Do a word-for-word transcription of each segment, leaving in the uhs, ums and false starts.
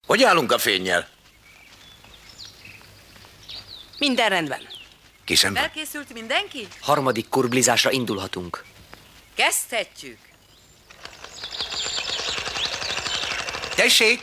Hogy állunk a fénnyel? Minden rendben. Készen van? Elkészült mindenki? Harmadik kurblizásra indulhatunk. Kezdhetjük. Tessék!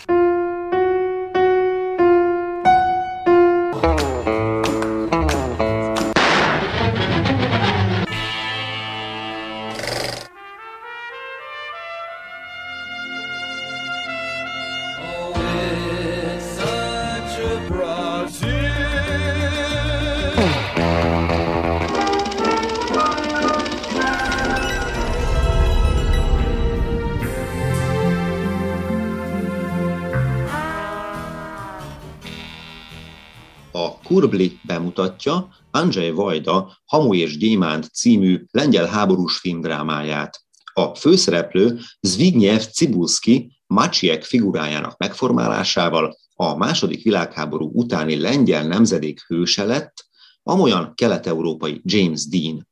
A Kurbli bemutatja Andrzej Wajda Hamu és Gyémánt című lengyel háborús filmdrámáját. A főszereplő Zbigniew Cybulski Maciek figurájának megformálásával a második világháború utáni lengyel nemzedék hőse lett, amolyan kelet-európai James Dean.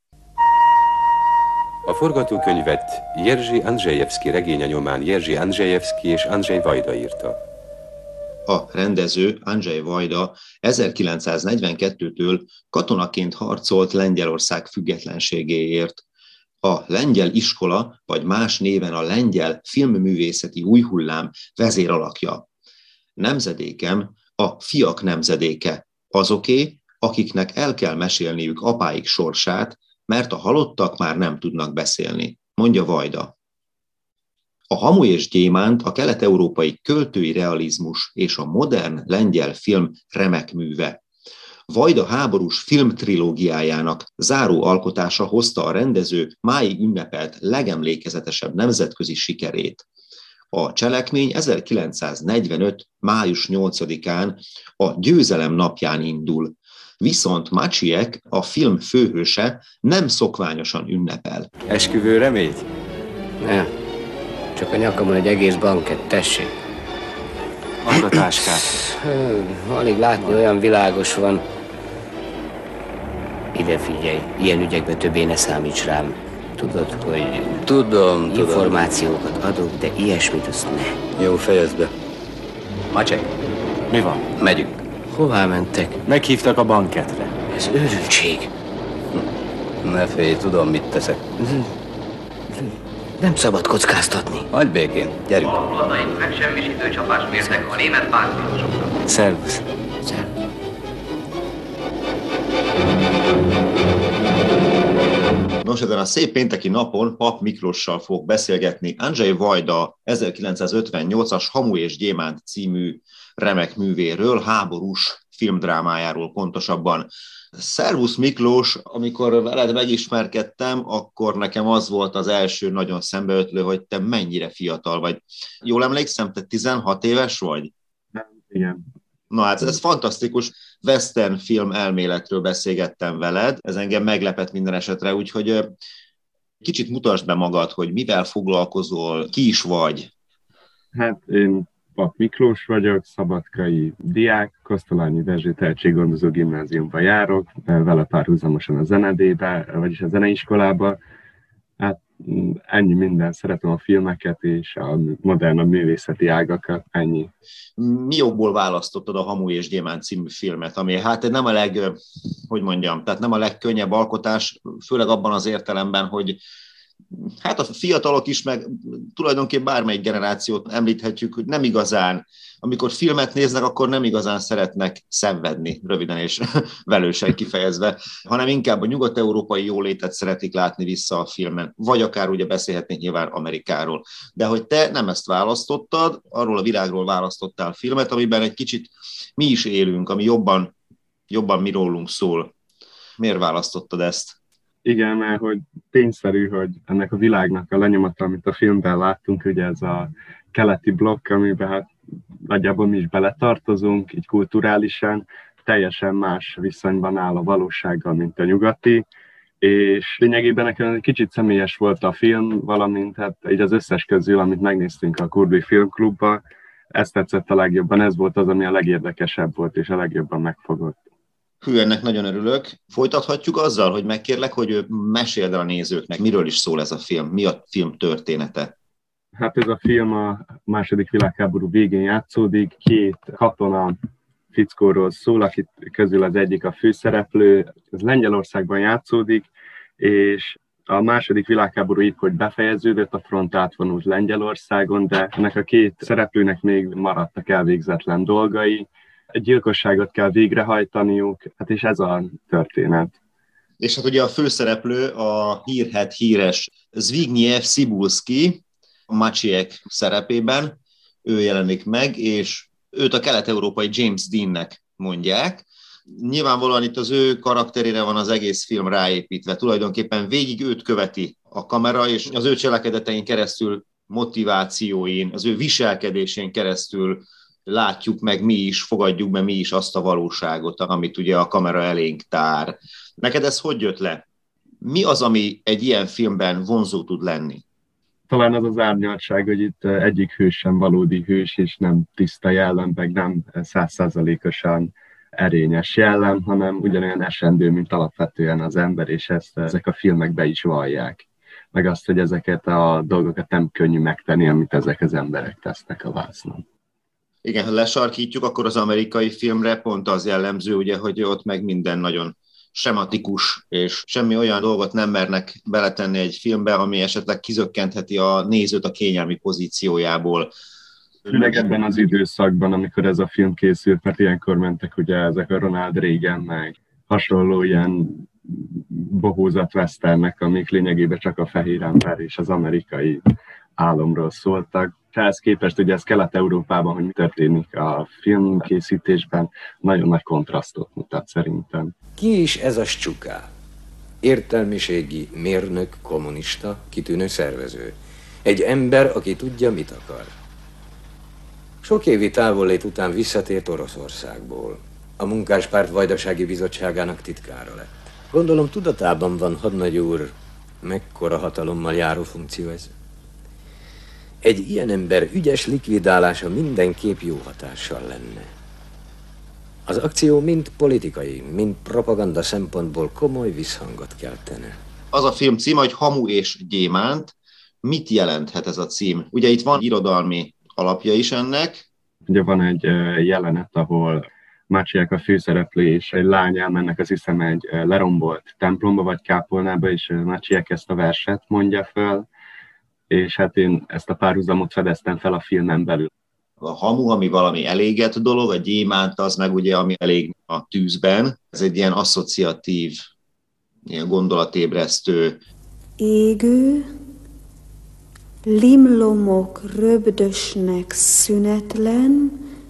A forgatókönyvet Jerzy Andrzejewski regénye nyomán Jerzy Andrzejewski és Andrzej Wajda írta. A rendező, Andrzej Wajda ezerkilencszáznegyvenkettőtől katonaként harcolt Lengyelország függetlenségéért. A lengyel iskola, vagy más néven a lengyel filmművészeti új hullám vezéralakja. Nemzedékem a fiak nemzedéke, azoké, akiknek el kell mesélniük apáik sorsát, mert a halottak már nem tudnak beszélni, mondja Wajda. A Hamu és Gyémánt a kelet-európai költői realizmus és a modern lengyel film remek műve. Wajda háborús filmtrilógiájának záró alkotása hozta a rendező máig ünnepelt legemlékezetesebb nemzetközi sikerét. A cselekmény ezerkilencszáznegyvenöt. május nyolcadikán a Győzelem napján indul, viszont Maciek, a film főhőse, nem szokványosan ünnepel. Esküvő reményt? Nem. Csak a nyakamon egy egész bankett, tessék. Add a táskát. Alig látni, olyan világos van. Ide figyelj, ilyen ügyekben többé ne számíts rám. Tudod, hogy Tudom, információkat tudom. adok, de ilyesmit azt ne. Jó, fejezd be. Maciek, mi van? Megyünk. Hová mentek? Meghívtak a banketre. Ez őrültség. Ne félj, tudom, mit teszek. Nem szabad kockáztatni. Hagyj békén, gyerünk. Valódait megsemmisítő csapást mértek a német páncélosoknak. Szervusz. Szervusz. Nos, ezen a szép pénteki napon Pap Miklossal fog beszélgetni Andrzej Wajda ezerkilencszázötvennyolcas Hamu és Gyémánt című remek művéről, háborús filmdrámájáról pontosabban. Szervusz Miklós, amikor veled megismerkedtem, akkor nekem az volt az első nagyon szembeötlő, hogy te mennyire fiatal vagy. Jól emlékszem, te tizenhat éves vagy? Igen. Na hát ez fantasztikus, western film elméletről beszélgettem veled, ez engem meglepett minden esetre, úgyhogy kicsit mutasd be magad, hogy mivel foglalkozol, ki is vagy. Hát én Pap Miklós vagyok, szabadkai diák, Kosztolányi Dezső Tehetséggondozó Gimnáziumba járok, vele párhuzamosan a zenedébe, vagyis a zeneiskolába. Hát ennyi minden, szeretem a filmeket és a modern művészeti ágakat, ennyi. Mi jogból választottad a Hamu és Gyémánt című filmet, ami hát nem a leg, hogy mondjam, tehát nem a legkönnyebb alkotás, főleg abban az értelemben, hogy hát a fiatalok is, meg tulajdonképpen bármelyik generációt említhetjük, hogy nem igazán, amikor filmet néznek, akkor nem igazán szeretnek szenvedni, röviden és velősen kifejezve, hanem inkább a nyugat-európai jólétet szeretik látni vissza a filmen, vagy akár ugye beszélhetnénk nyilván Amerikáról. De hogy te nem ezt választottad, arról a világról választottál filmet, amiben egy kicsit mi is élünk, ami jobban, jobban mi rólunk szól. Miért választottad ezt? Igen, mert hogy tényszerű, hogy ennek a világnak a lenyomata, amit a filmben láttunk, ugye ez a keleti blokk, amiben hát nagyjából mi is beletartozunk, így kulturálisan, teljesen más viszonyban áll a valósággal, mint a nyugati, és lényegében nekem egy kicsit személyes volt a film, valamint hát így az összes közül, amit megnéztünk a Kurbli Filmklubban, ez tetszett a legjobban, ez volt az, ami a legérdekesebb volt, és a legjobban megfogott. Hű, ennek nagyon örülök. Folytathatjuk azzal, hogy megkérlek, hogy meséld el a nézőknek, miről is szól ez a film, mi a film története? Hát ez a film a második világháború végén játszódik, két katona fickóról szól, akik közül az egyik a főszereplő, ez Lengyelországban játszódik, és a második világháború így, hogy befejeződött, a front átvonult Lengyelországon, de ennek a két szereplőnek még maradtak elvégzetlen dolgai, egy gyilkosságot kell végrehajtaniuk, hát és ez a történet. És hát ugye a főszereplő a hírhedt híres Zbigniew Cybulski, Maciek szerepében, ő jelenik meg, és őt a kelet-európai James Deannek mondják. Nyilvánvalóan itt az ő karakterére van az egész film ráépítve. Tulajdonképpen végig őt követi a kamera, és az ő cselekedetein keresztül, motivációin, az ő viselkedésén keresztül látjuk meg mi is, fogadjuk be mi is azt a valóságot, amit ugye a kamera elénk tár. Neked ez hogy jött le? Mi az, ami egy ilyen filmben vonzó tud lenni? Talán az az árnyaltság, hogy itt egyik hős sem valódi hős, és nem tiszta jellem, meg nem százszázalékosan erényes jellem, hanem ugyanolyan esendő, mint alapvetően az ember, és ezt ezek a filmek be is vallják. Meg azt, hogy ezeket a dolgokat nem könnyű megtenni, amit ezek az emberek tesznek a vásznon. Igen, ha lesarkítjuk, akkor az amerikai filmre pont az jellemző, ugye, hogy ott meg minden nagyon sematikus, és semmi olyan dolgot nem mernek beletenni egy filmbe, ami esetleg kizökkentheti a nézőt a kényelmi pozíciójából. Főleg ebben az időszakban, amikor ez a film készült, mert ilyenkor mentek ugye ezek a Ronald Reagan, meg hasonló ilyen bohózat-westernnek, amik lényegében csak a fehér ember és az amerikai álomról szóltak. Ehhez képest ugye ez Kelet-Európában, hogy mi történik a filmkészítésben, nagyon nagy kontrasztot mutat szerintem. Ki is ez a Scsuká? Értelmiségi mérnök, kommunista, kitűnő szervező. Egy ember, aki tudja, mit akar. Sok évi távollét után visszatért Oroszországból. A Munkáspárt Vajdasági Bizottságának titkára lett. Gondolom tudatában van, hadnagy úr, mekkora hatalommal járó funkció ez. Egy ilyen ember ügyes likvidálása mindenképp jó hatással lenne. Az akció mind politikai, mind propaganda szempontból komoly visszhangot keltene. Az a film címe, hogy Hamu és gyémánt. Mit jelenthet ez a cím? Ugye itt van irodalmi alapja is ennek. Ugye van egy jelenet, ahol Maciek a főszereplő és egy lány elmennek, azt hiszem, egy lerombolt templomba vagy kápolnába, és Maciek ezt a verset mondja föl, és hát én ezt a párhuzamot fedeztem fel a filmen belül. A hamu, ami valami elégett dolog, a gyémánt az meg ugye, ami elég a tűzben. Ez egy ilyen asszociatív, ilyen gondolatébresztő. Égő, limlomok röbdösnek szünetlen,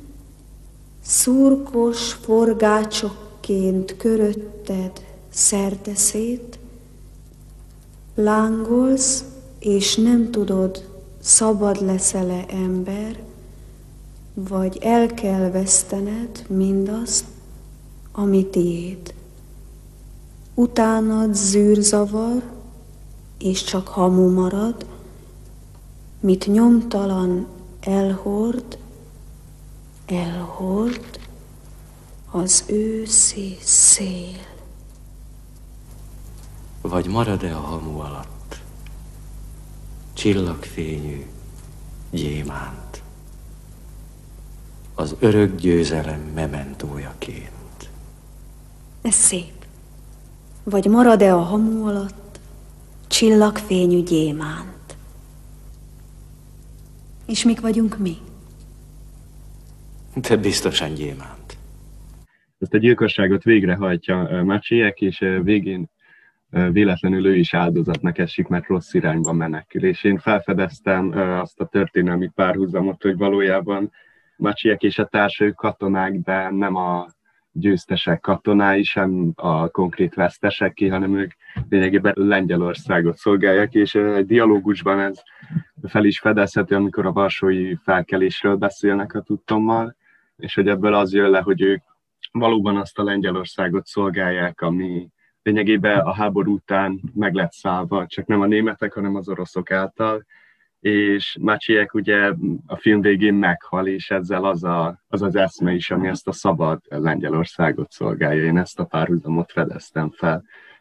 szurkos forgácsokként körötted szerdeszét, lángolsz, és nem tudod, szabad leszel-e ember, vagy el kell vesztened mindazt, ami tiéd. Utánad zűrzavar, és csak hamu marad, mit nyomtalan elhord, elhord az őszi szél. Vagy marad-e a hamu alatt csillagfényű gyémánt, az örök győzelem mementójaként? Ez szép. Vagy marad-e a hamu alatt csillagfényű gyémánt? És mik vagyunk mi? Te biztosan gyémánt. Ezt a gyilkosságot végrehajtja Maciek, és végén véletlenül ő is áldozatnak esik, mert rossz irányba menekül. És én felfedeztem azt a történelmi párhuzamot, hogy valójában Maciek és a társai katonák, de nem a győztesek katonái, sem a konkrét veszteseké, hanem ők lényegében Lengyelországot szolgálják, és egy dialógusban ez fel is fedezhető, amikor a varsói felkelésről beszélnek a tudtommal, és hogy ebből az jön le, hogy ők valóban azt a Lengyelországot szolgálják, ami lényegében a háború után meg lett szállva, csak nem a németek, hanem az oroszok által, és Maciek ugye a film végén meghal, és ezzel az, a, az az eszme is, ami ezt a szabad Lengyelországot szolgálja. Én ezt a párhuzamot fedeztem fel.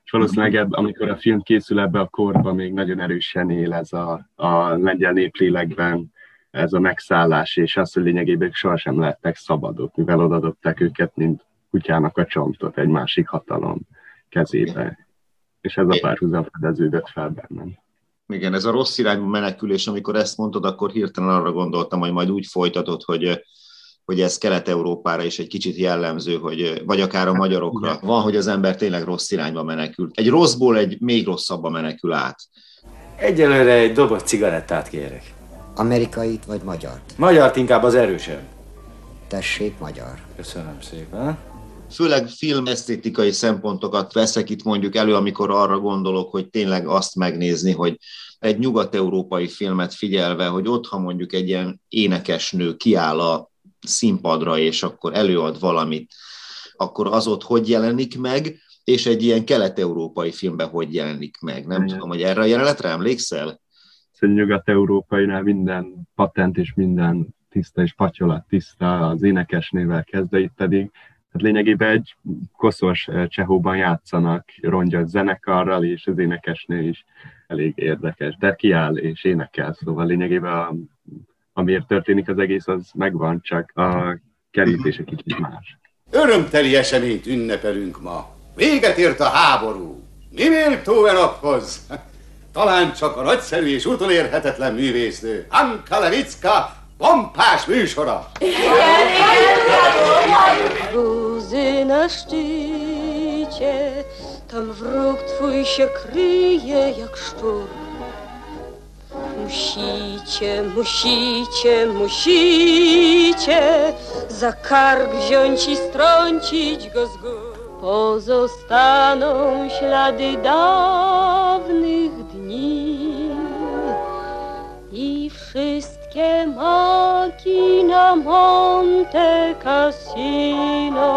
És valószínűleg ebb, amikor a film készül ebbe a korba, még nagyon erősen él ez a, a lengyel néplélekben, ez a megszállás, és az, hogy lényegében sohasem lehettek szabadok, mivel odadobták őket, mint kutyának a csontot egy másik hatalom kezébe. És ez a párhuzam fedeződött fel bennem. Igen, ez a rossz irányba menekülés, amikor ezt mondtad, akkor hirtelen arra gondoltam, hogy majd úgy folytatod, hogy, hogy ez Kelet-Európára is egy kicsit jellemző, hogy, vagy akár a magyarokra. Igen. Van, hogy az ember tényleg rossz irányba menekül. Egy rosszból egy még rosszabbba menekül át. Egyelőre egy doboz cigarettát kérek. Amerikait vagy magyart? Magyart, inkább az erősebb. Tessék, magyar. Köszönöm szépen. Főleg filmesztétikai szempontokat veszek itt mondjuk elő, amikor arra gondolok, hogy tényleg azt megnézni, hogy egy nyugat-európai filmet figyelve, hogy ott, ha mondjuk egy ilyen énekesnő kiáll a színpadra, és akkor előad valamit, akkor az ott hogy jelenik meg, és egy ilyen kelet-európai filmben hogy jelenik meg. Nem tudom, hogy erre a jelenetre emlékszel? Szerintem nyugat-európainál minden patent és minden tiszta és patyolat tiszta, az énekesnével kezdve, itt pedig hát lényegében egy koszos csehóban játszanak rongyos zenekarral, és az énekesnő is elég érdekes, de kiáll és énekel, szóval lényegében a, amiért történik az egész, az megvan, csak a kerítés egy kicsit más. Örömteli eseményt ünnepelünk ma. Véget ért a háború. Mi méltó e naphoz? Talán csak a nagyszerű és utolérhetetlen művésznő Anka Levicka pompás műsora. Груzy na szczycie, tam wróg twój się kryje jak szczur. Musicie, musicie, musicie za kark wziąć i strącić go z gór. Pozostaną ślady dawnych dni i wszystkie maki na Monte Cassino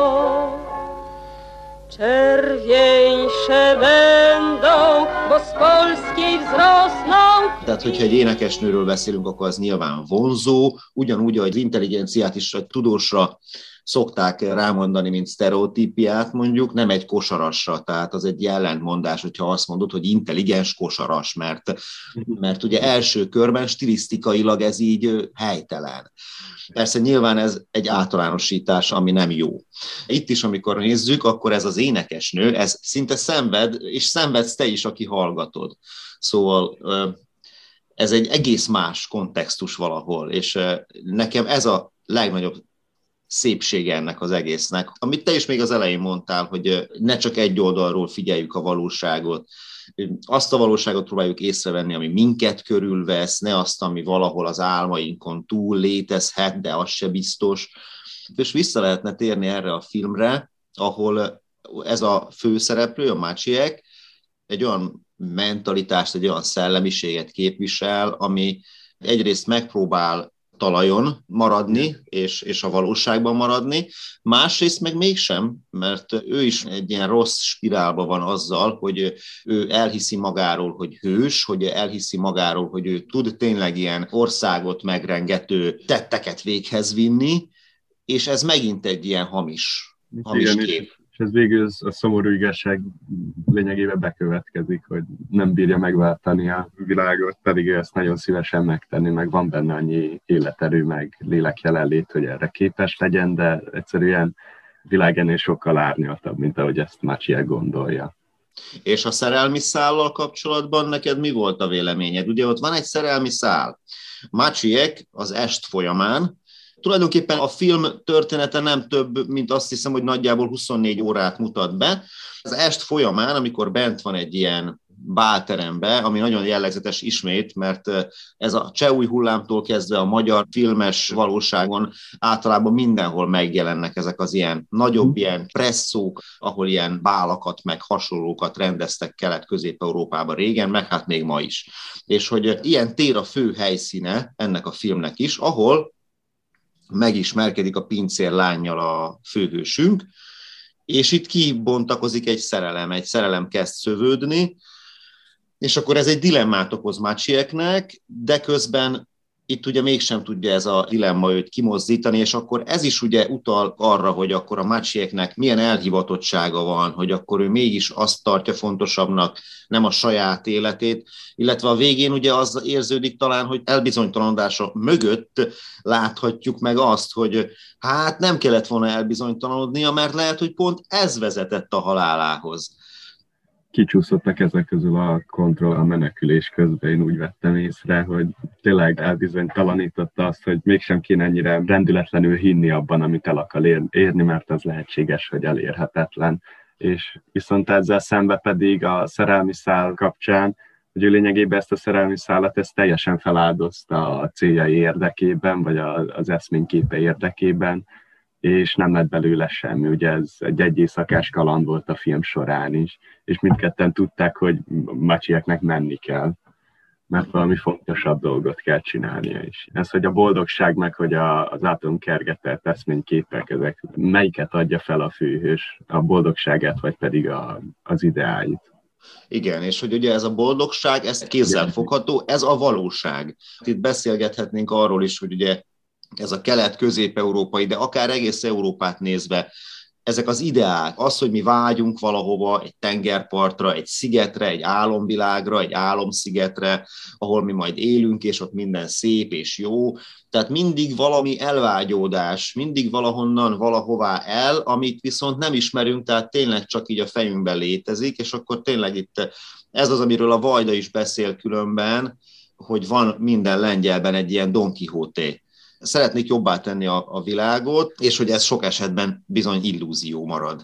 czerwieńsze będą, bo z polskiej wzrosną. Tehát, hogyha egy énekesnőről beszélünk, akkor az nyilván vonzó, ugyanúgy, ahogy az intelligenciát is a tudósra szokták rámondani, mint sztereotípiát mondjuk, nem egy kosarasra, tehát az egy ellentmondás, hogyha azt mondod, hogy intelligens kosaras, mert, mert ugye első körben stilisztikailag ez így helytelen. Persze nyilván ez egy általánosítás, ami nem jó. Itt is, amikor nézzük, akkor ez az énekesnő, ez szinte szenved, és szenvedsz te is, aki hallgatod. Szóval ez egy egész más kontextus valahol, és nekem ez a legnagyobb szépsége ennek az egésznek. Amit te is még az elején mondtál, hogy ne csak egy oldalról figyeljük a valóságot, azt a valóságot próbáljuk észrevenni, ami minket körülvesz, ne azt, ami valahol az álmainkon túl létezhet, de az se biztos. És vissza lehetne térni erre a filmre, ahol ez a főszereplő, a Maciek, egy olyan mentalitást, egy olyan szellemiséget képvisel, ami egyrészt megpróbál talajon maradni, és, és a valóságban maradni, másrészt meg mégsem, mert ő is egy ilyen rossz spirálban van azzal, hogy ő elhiszi magáról, hogy hős, hogy elhiszi magáról, hogy ő tud tényleg ilyen országot megrengető tetteket véghez vinni, és ez megint egy ilyen hamis, hamis Igen, kép. És, és ez végül a szomorú igazság lényegében bekövetkezik, hogy nem bírja megváltani a világot, pedig ő ezt nagyon szívesen megtenni, meg van benne annyi életerő, meg lélek jelenlét, hogy erre képes legyen, de egyszerűen világ sokkal árnyaltabb, mint ahogy ezt Maciek gondolja. És a szerelmi szállal kapcsolatban neked mi volt a véleményed? Ugye ott van egy szerelmi szál. Maciek az est folyamán, tulajdonképpen a film története nem több, mint azt hiszem, hogy nagyjából huszonnégy órát mutat be. Az est folyamán, amikor bent van egy ilyen bálterembe, ami nagyon jellegzetes ismét, mert ez a cseh új hullámtól kezdve a magyar filmes valóságon általában mindenhol megjelennek ezek az ilyen nagyobb ilyen presszók, ahol ilyen bálakat meg hasonlókat rendeztek Kelet-Közép-Európában régen, meg hát még ma is. És hogy ilyen tér a fő helyszíne ennek a filmnek is, ahol megismerkedik a pincér lánnyal a főhősünk, és itt kibontakozik egy szerelem, egy szerelem kezd szövődni, és akkor ez egy dilemmát okoz Macieknek, de közben itt ugye mégsem tudja ez a dilemma őt kimozdítani, és akkor ez is ugye utal arra, hogy akkor a Macieknek milyen elhivatottsága van, hogy akkor ő mégis azt tartja fontosabbnak, nem a saját életét, illetve a végén ugye az érződik talán, hogy elbizonytalanodása mögött láthatjuk meg azt, hogy hát nem kellett volna elbizonytalanodnia, mert lehet, hogy pont ez vezetett a halálához. Kicsúszottak ezek közül a kontroll a menekülés közben, én úgy vettem észre, hogy tényleg elbizonytalanította azt, hogy mégsem kéne ennyire rendületlenül hinni abban, amit el akar érni, mert az lehetséges, hogy elérhetetlen. És viszont ezzel szembe pedig a szerelmi szál kapcsán, hogy ő lényegében ezt a szerelmi szálat ezt teljesen feláldozta a céljai érdekében, vagy az eszményképe érdekében, és nem lett belőle semmi. Ugye ez egy egyészakás kaland volt a film során is, és mindketten tudták, hogy Macieknek menni kell, mert valami fontosabb dolgot kell csinálnia is. Ez, hogy a boldogság meg, hogy a, az általunk kergetett eszményképek, ezek melyiket adja fel a főhős, a boldogságát, vagy pedig a, az ideáit. Igen, és hogy ugye ez a boldogság, ez kézzelfogható, ez a valóság. Itt beszélgethetnénk arról is, hogy ugye ez a kelet-közép-európai, de akár egész Európát nézve, ezek az ideák, az, hogy mi vágyunk valahova, egy tengerpartra, egy szigetre, egy álomvilágra, egy álomszigetre, ahol mi majd élünk, és ott minden szép és jó. Tehát mindig valami elvágyódás, mindig valahonnan, valahová el, amit viszont nem ismerünk, tehát tényleg csak így a fejünkben létezik, és akkor tényleg itt ez az, amiről a Vajda is beszél különben, hogy van minden lengyelben egy ilyen Don Quixote. Szeretnék jobbá tenni a, a világot, és hogy ez sok esetben bizony illúzió marad.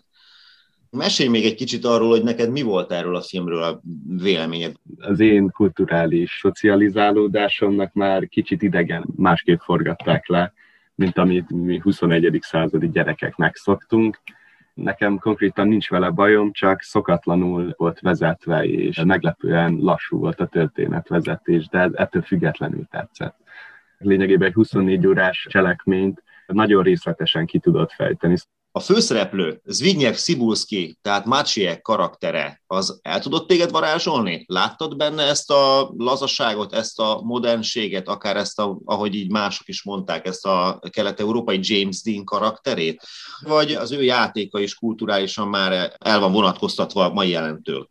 Mesélj még egy kicsit arról, hogy neked mi volt erről a filmről a véleményed? Az én kulturális szocializálódásomnak már kicsit idegen, másképp forgatták le, mint amit mi huszonegyedik századi gyerekek megszoktunk. Nekem konkrétan nincs vele bajom, csak szokatlanul volt vezetve, és meglepően lassú volt a történetvezetés, de ettől függetlenül tetszett. Lényegében egy huszonnégy órás cselekményt nagyon részletesen ki tudott fejteni. A főszereplő, Zbigniew Cybulski, tehát Maciek karaktere, az el tudott téged varázsolni? Láttad benne ezt a lazaságot, ezt a modernséget, akár ezt, a, ahogy így mások is mondták, ezt a kelet-európai James Dean karakterét? Vagy az ő játéka is kulturálisan már el van vonatkoztatva a mai jelentől?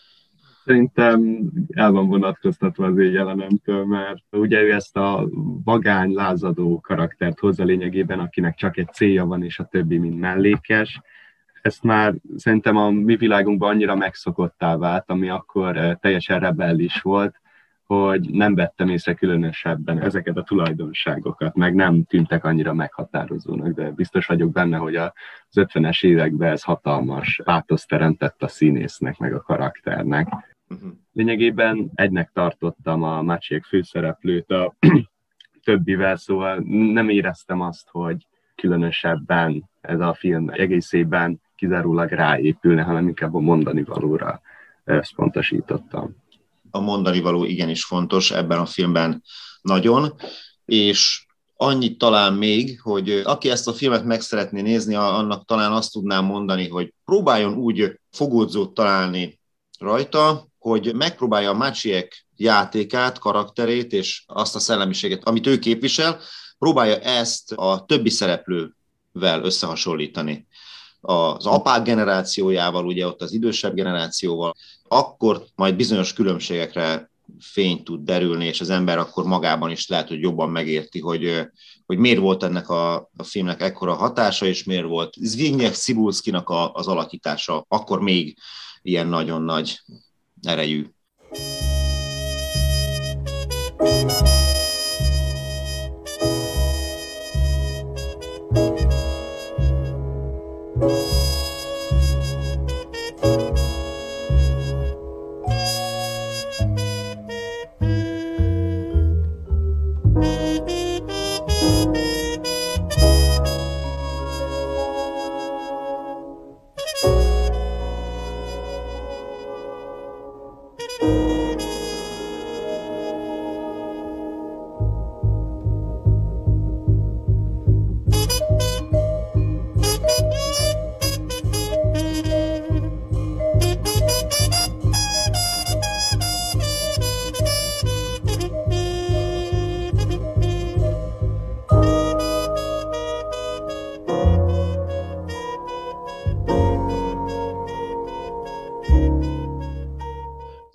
Szerintem el van vonatkoztatva az én jelenemtől, mert ugye ő ezt a vagány, lázadó karaktert hozza lényegében, akinek csak egy célja van, és a többi mind mellékes. Ezt már szerintem a mi világunkban annyira megszokottá vált, ami akkor teljesen rebellis volt, hogy nem vettem észre különösebben ezeket a tulajdonságokat, meg nem tűntek annyira meghatározónak, de biztos vagyok benne, hogy az ötvenes években ez hatalmas pátoszt teremtett a színésznek, meg a karakternek. Uh-huh. Lényegében egynek tartottam a Maciek főszereplőt a többivel, szóval nem éreztem azt, hogy különösebben ez a film egészében kizárólag ráépülne, hanem inkább a mondani valóra összpontosítottam. A mondani való igenis fontos ebben a filmben nagyon, és annyit talán még, hogy aki ezt a filmet meg szeretné nézni, annak talán azt tudnám mondani, hogy próbáljon úgy fogódzót találni rajta, hogy megpróbálja a Maciek játékát, karakterét és azt a szellemiséget, amit ő képvisel, próbálja ezt a többi szereplővel összehasonlítani. Az apák generációjával, ugye ott az idősebb generációval, akkor majd bizonyos különbségekre fény tud derülni, és az ember akkor magában is lehet, hogy jobban megérti, hogy, hogy miért volt ennek a, a filmnek ekkora hatása, és miért volt Zbigniew Cybulskinak a, az alakítása akkor még ilyen nagyon nagy erejű.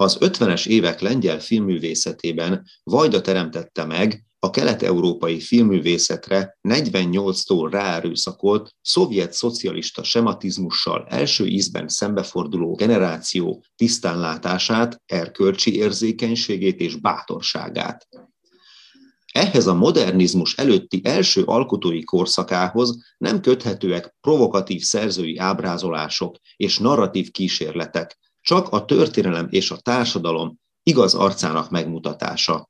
Az ötvenes évek lengyel filmművészetében Vajda teremtette meg a kelet-európai filmművészetre negyvennyolctól ráerőszakolt szovjet-szocialista sematizmussal első ízben szembeforduló generáció tisztánlátását, erkölcsi érzékenységét és bátorságát. Ehhez a modernizmus előtti első alkotói korszakához nem köthetőek provokatív szerzői ábrázolások és narratív kísérletek, csak a történelem és a társadalom igaz arcának megmutatása.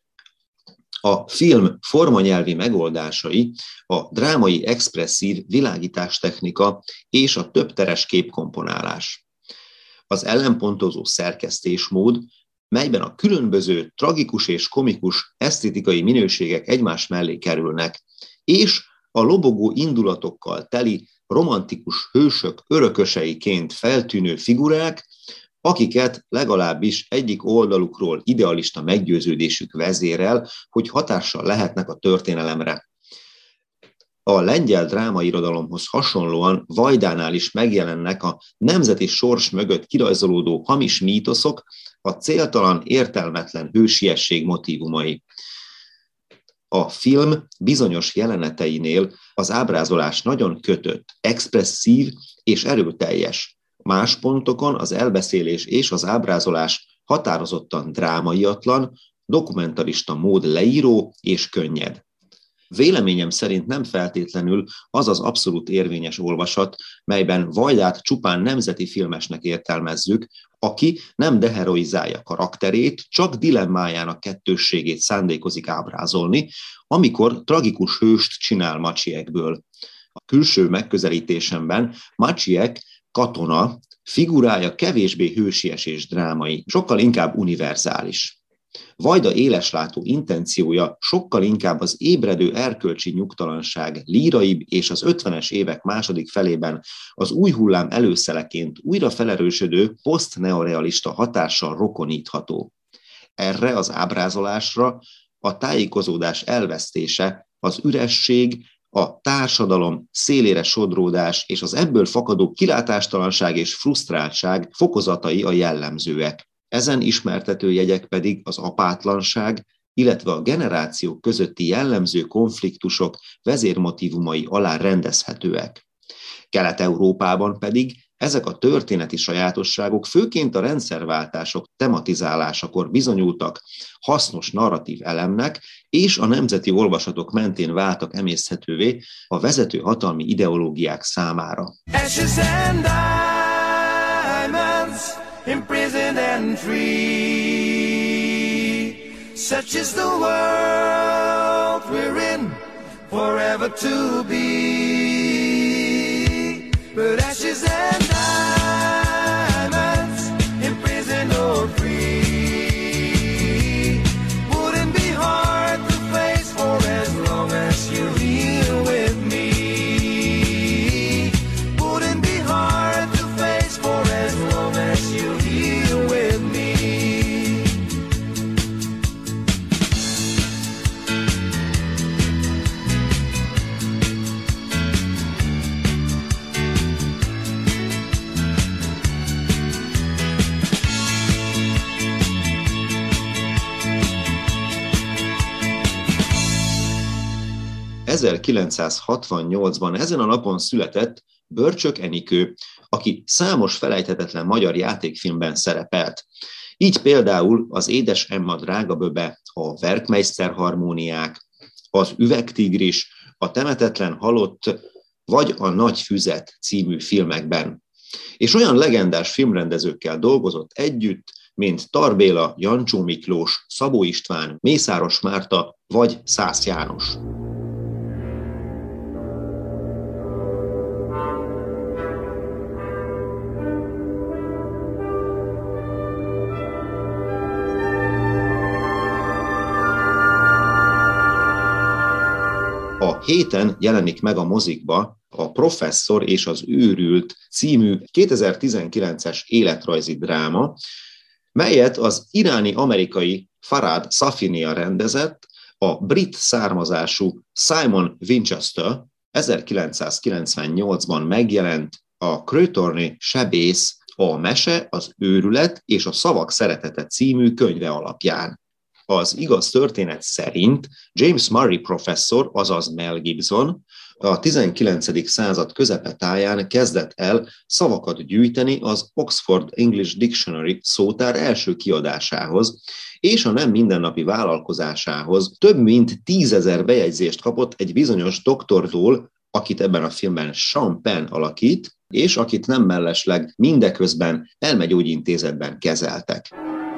A film formanyelvi megoldásai, a drámai expresszív világítástechnika és a többteres képkomponálás. Az ellenpontozó szerkesztésmód, melyben a különböző tragikus és komikus esztétikai minőségek egymás mellé kerülnek, és a lobogó indulatokkal teli romantikus hősök örököseiként feltűnő figurák, akiket legalábbis egyik oldalukról idealista meggyőződésük vezérel, hogy hatással lehetnek a történelemre. A lengyel drámairodalomhoz hasonlóan Vajdánál is megjelennek a nemzeti sors mögött kirajzolódó hamis mítoszok, a céltalan, értelmetlen hősiesség motívumai. A film bizonyos jeleneteinél az ábrázolás nagyon kötött, expresszív és erőteljes. Más pontokon az elbeszélés és az ábrázolás határozottan drámaiatlan, dokumentarista mód leíró és könnyed. Véleményem szerint nem feltétlenül az az abszolút érvényes olvasat, melyben Vajdát csupán nemzeti filmesnek értelmezzük, aki nem deheroizálja karakterét, csak dilemmájának kettősségét szándékozik ábrázolni, amikor tragikus hőst csinál Maciekből. A külső megközelítésemben Maciek katona figurája kevésbé hősies és drámai, sokkal inkább univerzális. Vajda éleslátó intenciója sokkal inkább az ébredő erkölcsi nyugtalanság líraibb és az ötvenes évek második felében az új hullám előszeleként újra felerősödő posztneorealista hatással rokonítható. Erre az ábrázolásra a tájékozódás elvesztése, az üresség, a társadalom szélére sodródás és az ebből fakadó kilátástalanság és frusztráltság fokozatai a jellemzőek. Ezen ismertető jegyek pedig az apátlanság, illetve a generációk közötti jellemző konfliktusok vezérmotívumai alá rendezhetőek. Kelet-Európában pedig ezek a történeti sajátosságok főként a rendszerváltások tematizálásakor bizonyultak hasznos narratív elemnek, és a nemzeti olvasatok mentén váltak emészthetővé a vezető hatalmi ideológiák számára. Ashes and diamonds, imprisoned and free. Such is the world we're in, forever to be. But ashes and diamonds, imprisoned or free, wouldn't be hard to face for as long as you're here with me. Wouldn't be hard to face for as long as you're here with me. ezerkilencszázhatvannyolcban ezen a napon született Börcsök Enikő, aki számos felejthetetlen magyar játékfilmben szerepelt. Így például az Édes Emma drágaböbe, a Werkmeister harmóniák, az Üvegtigris, a Temetetlen halott vagy a Nagy füzet című filmekben. És olyan legendás filmrendezőkkel dolgozott együtt, mint Tar Béla, Jancsó Miklós, Szabó István, Mészáros Márta vagy Szász János. A héten jelenik meg a mozikba a Professzor és az őrült című kétezer-tizenkilences életrajzi dráma, melyet az iráni-amerikai Farhad Safinia rendezett, a brit származású Simon Winchester ezerkilencszázkilencvennyolcban megjelent a Crowthorne sebész A mese, az őrület és a szavak szeretete című könyve alapján. Az igaz történet szerint James Murray professzor, azaz Mel Gibson, a tizenkilencedik század közepetáján kezdett el szavakat gyűjteni az Oxford English Dictionary szótár első kiadásához, és a nem mindennapi vállalkozásához több mint tízezer bejegyzést kapott egy bizonyos doktor Dole, akit ebben a filmben Sean Penn alakít, és akit nem mellesleg mindeközben elmegyógyintézetben kezeltek.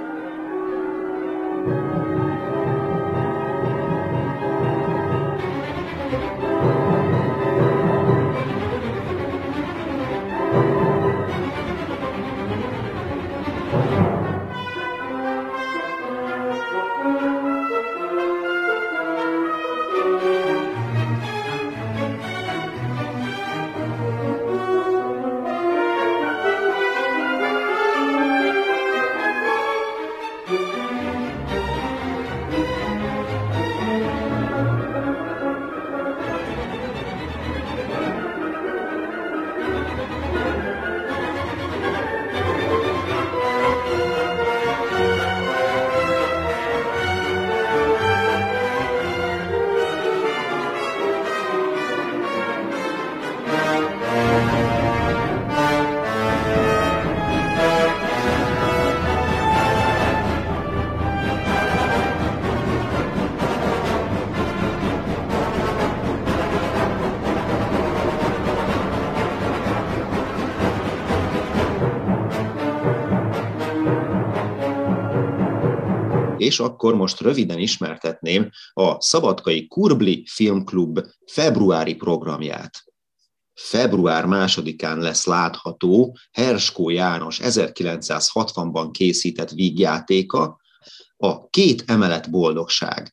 És akkor most röviden ismertetném a Szabadkai Kurbli Filmklub februári programját. Február másodikán lesz látható Herskó János ezerkilencszázhatvanban készített vígjátéka, a Két emelet boldogság.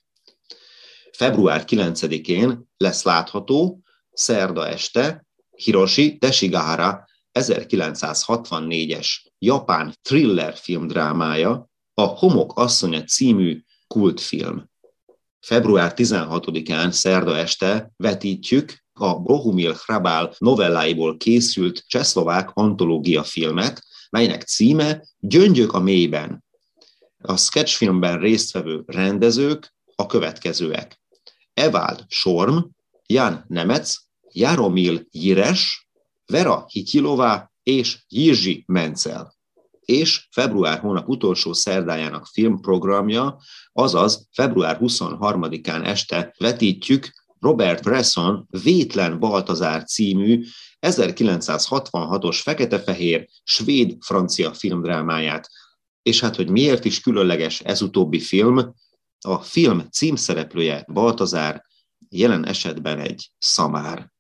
Február kilencedikén lesz látható szerda este Hiroshi Teshigahara ezerkilencszázhatvannégyes japán thriller filmdrámája, a Homok asszonya című kultfilm. Február tizenhatodikán szerda este vetítjük a Bohumil Hrabal novelláiból készült csehszlovák antológia filmet, melynek címe Gyöngyök a mélyben. A sketchfilmben résztvevő rendezők a következőek: Evald Sorm, Jan Nemec, Jaromil Jires, Vera Hityilová és Jirzsi Mencel. És február hónap utolsó szerdájának filmprogramja, azaz február huszonharmadikán este vetítjük Robert Bresson Vétlen Baltazár című ezerkilencszázhatvanhatos fekete-fehér svéd-francia filmdrámáját. És hát, hogy miért is különleges ez utóbbi film, a film címszereplője Baltazár jelen esetben egy szamár.